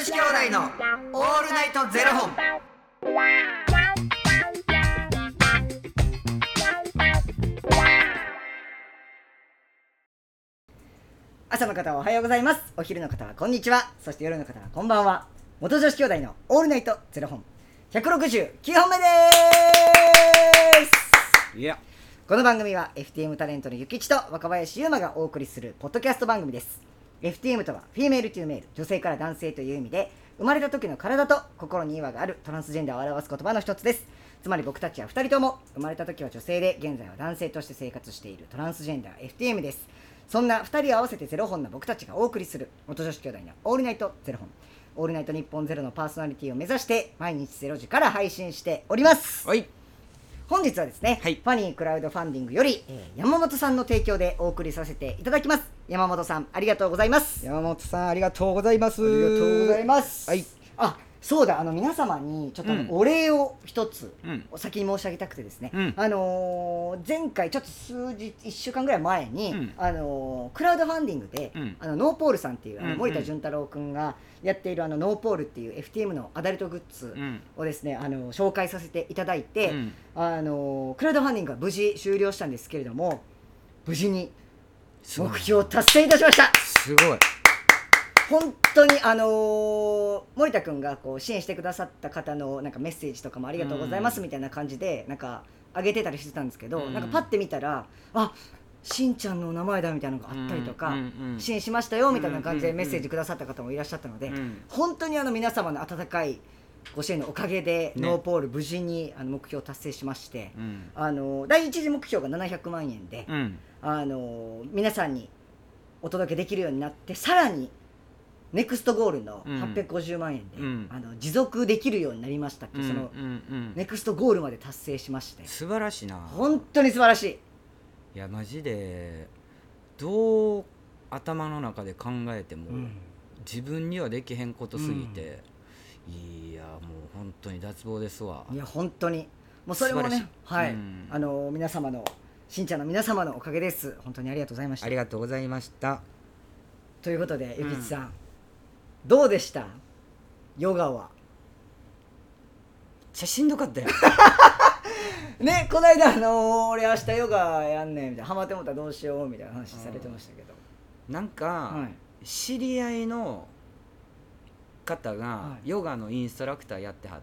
子兄弟のオールナイトゼロ本。 朝の方はおはようございます。お昼の方はこんにちは。そして夜の方はこんばんは。元女子兄弟のオールナイトゼロ本169本目です。 いや、 この番組は FTM タレントのゆきちと若林優馬がお送りするポッドキャスト番組です。 FTM とはフィメールトゥーメール、女性から男性という意味で、生まれた時の体と心に違和があるトランスジェンダーを表す言葉の一つです。つまり僕たちは2人とも生まれた時は女性で現在は男性として生活しているトランスジェンダー FTM です。そんな2人合わせてゼロ本の僕たちがお送りする元女子兄弟のオールナイトゼロ本、オールナイト日本ゼロのパーソナリティを目指して毎日0時から配信しております。 はい、 本日はですね、 はい、 ファニークラウドファンディングより、山本さんの提供でお送りさせていただきます。山本さんありがとうございます。 山本さんありがとうございます。 ありがとうございます。 はい、 あ、そうだ、皆様にちょっとお礼を一つ、お先に申し上げたくてですね、前回ちょっと1週間ぐらい前に、クラウドファンディングで、ノーポールさんっていう森田潤太郎くんがやっているノーポールっていう FTM のアダルトグッズをですね、紹介させていただいて、クラウドファンディングは無事終了したんですけれども、無事に目標を達成いたしました。 すごい。 本当に森田くんがこう支援してくださった方のなんかメッセージとかもありがとうございますみたいな感じでなんか上げてたりしてたんですけど、なんかパッて見たら、あ、しんちゃんの名前だみたいなのがあったりとか、支援しましたよみたいな感じでメッセージくださった方もいらっしゃったので、本当に皆様の温かいご支援のおかげで、ノーポール無事に目標を達成しまして、第一次目標が700万円で、皆さんにお届けできるようになって、さらにネクストゴールの850万円で、持続できるようになりましたっていう、そのネクストゴールまで達成しまして、 素晴らしいな。 本当に素晴らしい。 いやマジでどう頭の中で考えても、自分にはできへんことすぎて、いやもう本当に脱帽ですわ。 いや本当にもうそれもね、はい、皆様のしんちゃんの皆様のおかげです。本当にありがとうございました。 ありがとうございました。 ということでゆきちさん、どうでした？ヨガは。 めっちゃしんどかったよね、この間俺明日ヨガやんねんみたいな、ハマってもったらどうしようみたいな話されてましたけど、 なんか、知り合いの方がヨガのインストラクターやってはって、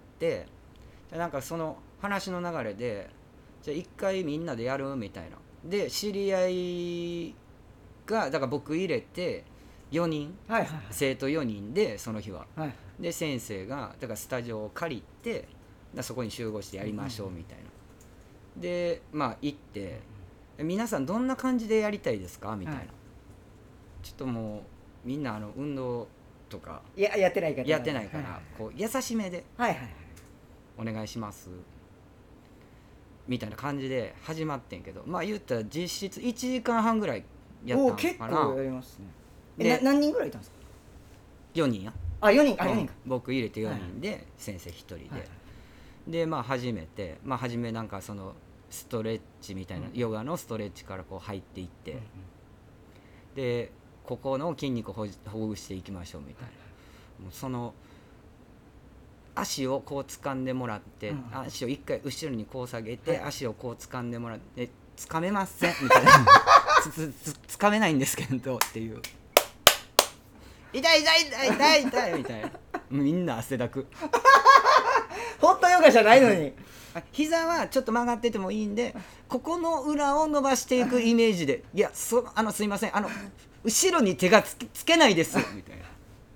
なんかその話の流れで、じゃあ一回みんなでやるみたいなで、知り合いがだから僕入れて4人、生徒4人でその日は、で先生がだからスタジオを借りて、そこに集合してやりましょうみたいな、でまあ行って、皆さんどんな感じでやりたいですかみたいな、ちょっともうみんな運動とかやってないからこう優しめでお願いしますみたいな感じで始まってんけど、まあ言ったら実質1時間半ぐらいやったのかな。 結構やりますね。何人ぐらいいたんですか ？4人や。 4人か。 僕入れて4人で、先生1人で、でまあ初めて、初めなんかそのストレッチみたいな、ヨガのストレッチからこう入っていって、でここの筋肉をほぐしていきましょうみたいな、もうその足をこう掴んでもらって、足を一回後ろにこう下げて、足をこう掴んでもらって、掴めませんみたいな掴めないんですけどっていう、痛いみたいなみんな汗だくホットヨガじゃないのに膝はちょっと曲がっててもいいんで、ここの裏を伸ばしていくイメージで、いやすいません、後ろに手がつけないですみたいな、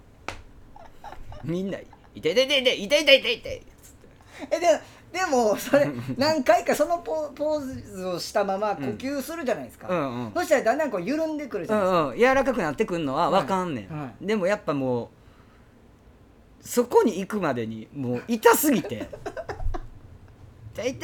みんな痛いでもそれ何回かそのポーズをしたまま呼吸するじゃないですか、そしたらだんだんこう緩んでくるじゃないですか、 柔らかくなってくるのは分かんねん、でもやっぱもうそこに行くまでにもう痛すぎて痛い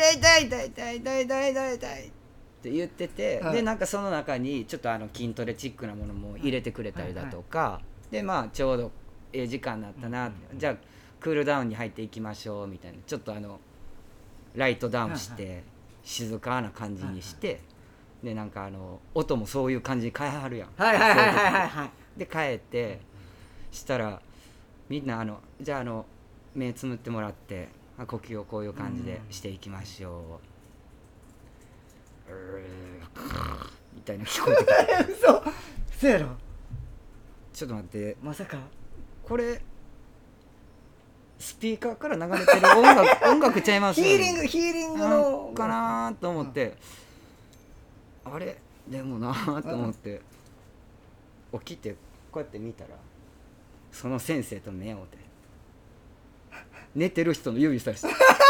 って言ってて、でなんかその中にちょっと筋トレチックなものも入れてくれたりだとか、でまあちょうど時間になったな、じゃあクールダウンに入っていきましょうみたいな、ちょっとライトダウンして静かな感じにして、でなんか音もそういう感じに変えはるやん、で変えてしたらみんなじゃあ目つむってもらって呼吸をこういう感じでしていきましょう、みたいな聞こえてくるそうやろ。 ちょっと待って、 まさかこれスピーカーから流れてる音楽ちゃいますヒーリングのかなと思って、あれでもなと思って起きてこうやって見たらその先生と目を合うて寝てる人の指さして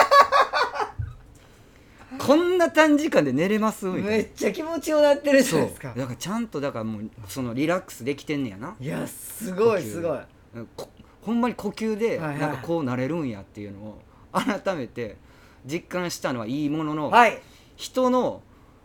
こんな短時間で寝れますみたいな。 めっちゃ気持ちよくなってるじゃないですか。 そうだからちゃんとだからもうそのリラックスできてんねやな。 いやすごいすごい。 ほんまに呼吸ではいはいなんかこうなれるんやっていうのを改めて実感したのはいいものの、 はい。 人の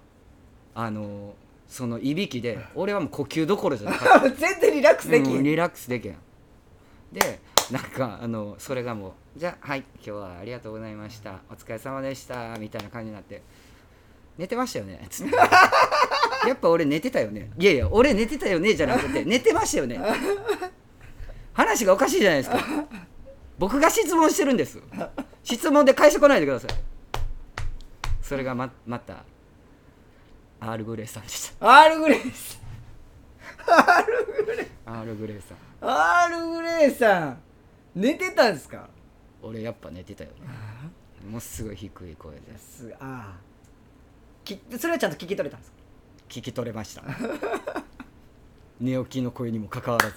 そのいびきで俺はもう呼吸どころじゃなかった全然リラックスできん。 リラックスできんで、なんかそれがもうじゃあはい今日はありがとうございましたお疲れ様でしたみたいな感じになって、寝てましたよねつってやっぱ俺寝てたよね、いやいや俺寝てたよねじゃなくて寝てましたよね話がおかしいじゃないですか。僕が質問してるんです。質問で返してこないでください。それが またアールグレイさんでした。 アールグレイさん。アールグレイ。 アールグレイさん。 アールグレイさん。寝てたんですか。 俺やっぱ寝てたよね。もうすごい低い声で。 ああ。それはちゃんと聞き取れたんですか。 聞き取れました。寝起きの声にもかかわらず。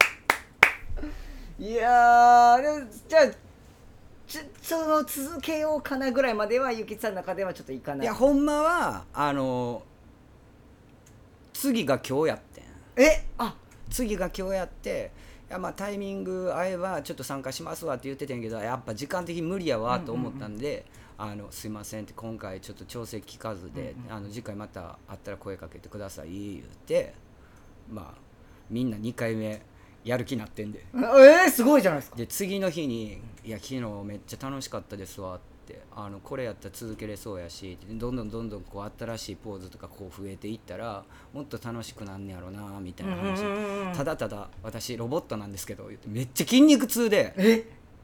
いやー、でもじゃあその続けようかなぐらいまではゆきつさんの中ではちょっといかない。 いやほんまは次が今日やってん。次が今日やって、いやまあタイミング合えばちょっと参加しますわって言ってたんやけど、やっぱ時間的に無理やわと思ったんで、すいませんって今回ちょっと調整聞かずで、次回また会ったら声かけてください言って、まあみんな2回目やる気になってんで、 すごいじゃないですか。 で次の日に「いや昨日めっちゃ楽しかったですわ」ってこれやったら続けれそうやし、どんどんこう新しいポーズとかこう増えていったらもっと楽しくなんねやろなみたいな話、ただただ私ロボットなんですけど言ってめっちゃ筋肉痛で、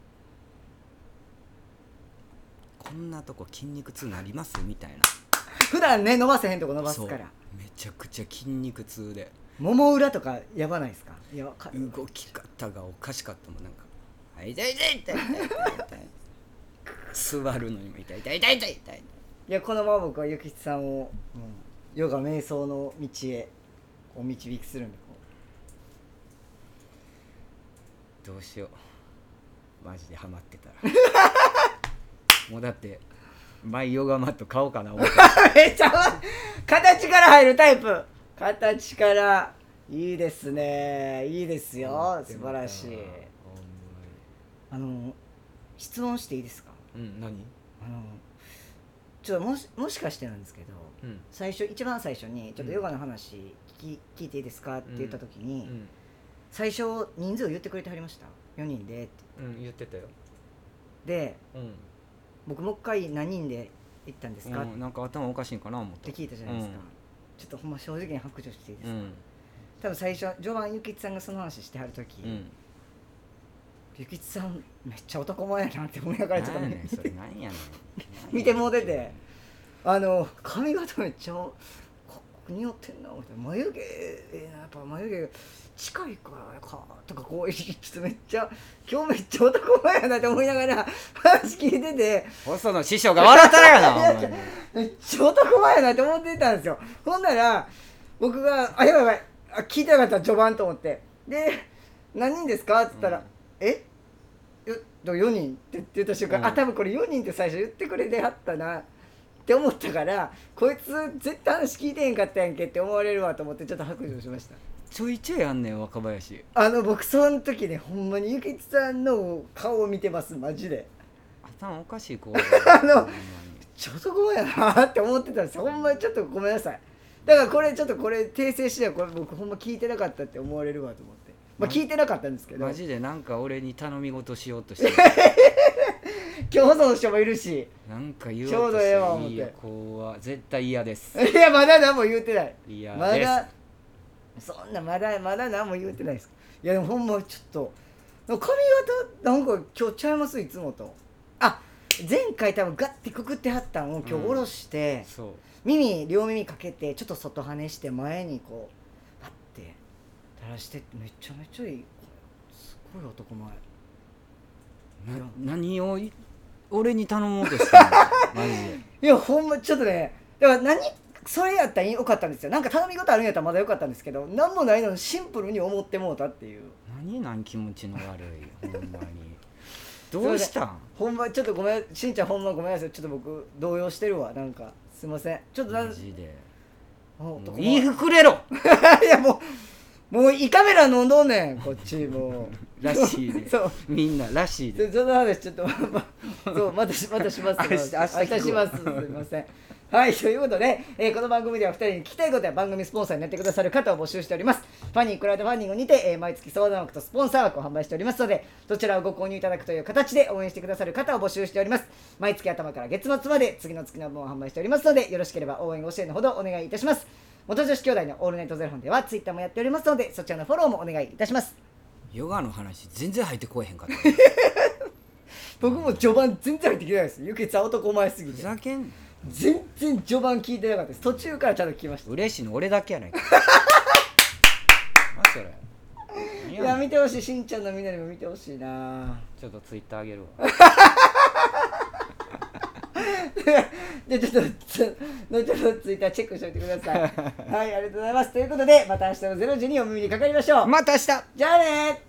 こんなとこ筋肉痛なりますみたいな。 普段ね伸ばせへんとこ伸ばすから。 めちゃくちゃ筋肉痛で、 もも裏とかやばないですか。 動き方がおかしかったもん。なんか「痛い痛い痛い痛い痛い痛い」座るのにも痛い痛い痛い痛い痛い。 いやこのまま僕はゆきつさんを、ヨガ瞑想の道へこう導きするんで、 どうしようマジでハマってたらもうだってマイヨガマット買おうかな思ってめっちゃ形から入るタイプ。形からいいですね。いいですよ。素晴らしい。質問していいですか。 何？ ちょっともしかしてなんですけど、一番最初にちょっとヨガの話聞いていいですかって言った時に、最初人数を言ってくれてはりました。4人でって。 言ってたよ。 で、僕もう一回何人で行ったんですか、 なんか頭おかしいんかな思って聞いたじゃないですか。ちょっとほんま正直に白状していいですか。多分最初序盤ゆきつさんがその話してはる時、ゆきつさんめっちゃ男前やなって思いながらちょっと見てもうてて、髪型めっちゃ似合ってんなみたいな、眉毛やっぱ眉毛近いからかとかこうちょっとめっちゃ今日めっちゃ男前やなって思いながら話聞いてて、 細野師匠が笑ったらやなお前めっちゃ男前やなって思ってたんですよ。ほんなら僕がやばい聞いてなかった序盤と思って、で何人ですかって言ったら、4人って言った瞬間、多分これ4人って最初言ってくれてはったなって思ったから、こいつ絶対話聞いてへんかったやんけって思われるわと思ってちょっと白状しました。 ちょいちょいあんねん若林。 僕その時ねほんまにゆきつさんの顔を見てます。マジで頭おかしい子ちょっとごめんなって思ってたんですよ。ほんまにちょっとごめんなさい。だからこれちょっと訂正してこれ僕ほんま聞いてなかったって思われるわと思って、聞いてなかったんですけど、 マジでなんか俺に頼み事しようとしてる今日その人もいるし、 なんか言おうとしてる。 ちょうどええわ思って。 いや子は絶対嫌です。 いやまだ何も言うてない。 嫌です。 まだそんなまだ何も言うてないです。いやでもほんまちょっと髪型なんか今日ちゃいますいつもと。あ、前回多分ガッてくくってはったんを今日下ろして、 そう両耳かけてちょっと外跳ねして前にこうパッて垂らしてめちゃめちゃいい、すごい男前。 何を俺に頼もうとしてんのマジで。 いやほんまちょっとね、だからそれやったらよかったんですよ。なんか頼み事あるんやったらまだよかったんですけど、なんもないのにシンプルに思ってもうたっていう。 何気持ちの悪いほんまにどうしたん。 ほんまちょっとごめん、しんちゃんほんまごめんなさい、ちょっと僕動揺してるわ、なんかすいません、ちょっとマジでもう言いふくれろいやもう胃カメラ飲んどんねんこっちもうらしいでそうみんならしいでその話ちょっとそうまたします明日しますすいません。はい、ということで、この番組では2人に聞きたいことや番組スポンサーになってくださる方を募集しております。ファニークラウドファンディングにて、毎月相談枠とスポンサー枠を販売しておりますので、どちらをご購入いただくという形で応援してくださる方を募集しております。毎月頭から月末まで次の月の分を販売しておりますので、よろしければ応援ご支援のほどお願いいたします。元女子兄弟のオールナイトゼロ本ではツイッターもやっておりますので、そちらのフォローもお願いいたします。 ヨガの話全然入ってこえへんかった僕も序盤全然入ってきてないです。ゆきつは男前すぎふてざけん全然序盤聞いてなかったです。途中からちゃんと聞きました。 嬉しいの俺だけやないか何それ。 いや見てほしい、しんちゃんのみんなにも見てほしいな。 ちょっとツイッターあげるわでちょっと後ほどツイッターチェックしておいてくださいはい、ありがとうございます。ということでまた明日の0時にお耳にかかりましょう。 また明日。 じゃあねー。